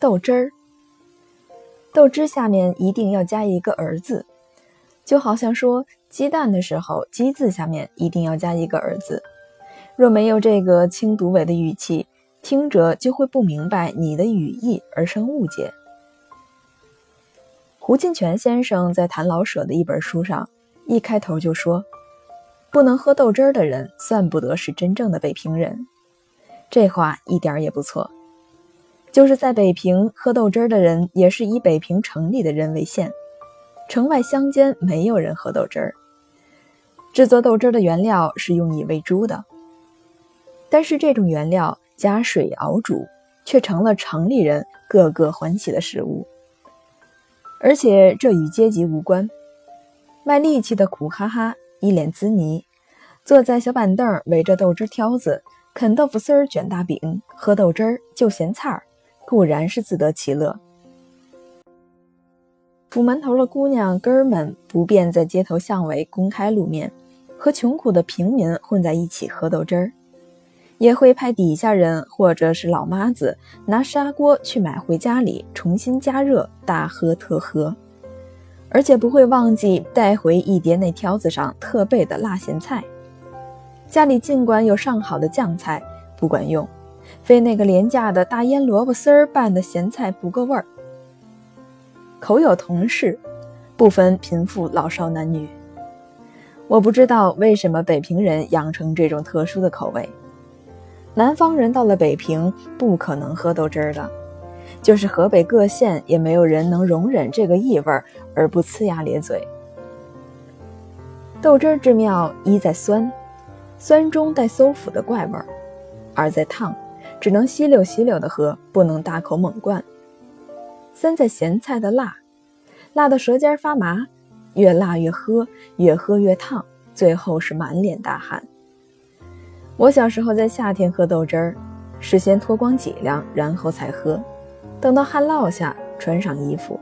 豆汁儿。豆汁下面一定要加一个儿字，就好像说鸡蛋的时候，鸡字下面一定要加一个儿字。若没有这个轻读尾的语气，听者就会不明白你的语义而生误解。胡金铨先生在谈老舍的一本书上，一开头就说，不能喝豆汁儿的人算不得是真正的北平人。这话一点也不错，就是在北平喝豆汁儿的人也是以北平城里的人为限，城外乡间没有人喝豆汁儿。制作豆汁儿的原料是用以喂猪的，但是这种原料加水熬煮，却成了城里人个个欢喜的食物。而且这与阶级无关，卖力气的苦哈哈，一脸滋泥，坐在小板凳围着豆汁挑子，啃豆腐丝儿卷大饼，喝豆汁儿就咸菜儿，固然是自得其乐。煮馒头的姑娘哥儿们不便在街头巷尾公开露面，和穷苦的平民混在一起喝豆汁儿，也会派底下人或者是老妈子拿砂锅去买回家里重新加热，大喝特喝，而且不会忘记带回一碟那挑子上特备的辣咸菜。家里尽管有上好的酱菜，不管用，非那个廉价的大腌萝卜丝儿拌的咸菜不够味儿。口有同事，不分贫富老少男女。我不知道为什么北平人养成这种特殊的口味。南方人到了北平不可能喝豆汁儿的，就是河北各县也没有人能容忍这个异味而不呲牙咧嘴。豆汁儿之妙，一在酸，酸中带馊腐的怪味儿；二在烫，只能吸溜吸溜的喝，不能大口猛灌；三在咸菜的辣，辣得舌尖发麻，越辣越喝，越喝越烫，最后是满脸大汗。我小时候在夏天喝豆汁儿，是先脱光脊梁，然后才喝，等到汗落下，穿上衣服。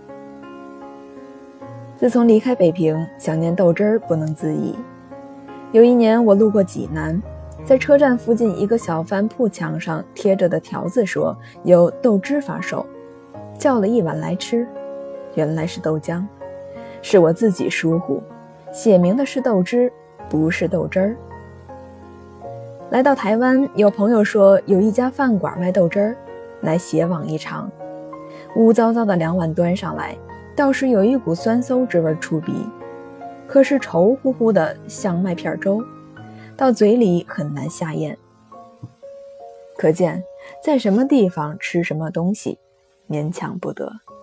自从离开北平，想念豆汁儿不能自已。有一年我路过济南，在车站附近一个小饭铺墙上贴着的条子说有豆汁发售，叫了一碗来吃，原来是豆浆，是我自己疏忽，写明的是豆汁，不是豆汁儿。来到台湾，有朋友说有一家饭馆卖豆汁儿，乃血往一尝。污糟糟的2碗端上来，倒是有一股酸馊之味出鼻，可是稠乎乎的像麦片粥，到嘴里很难下咽。可见在什么地方吃什么东西，勉强不得。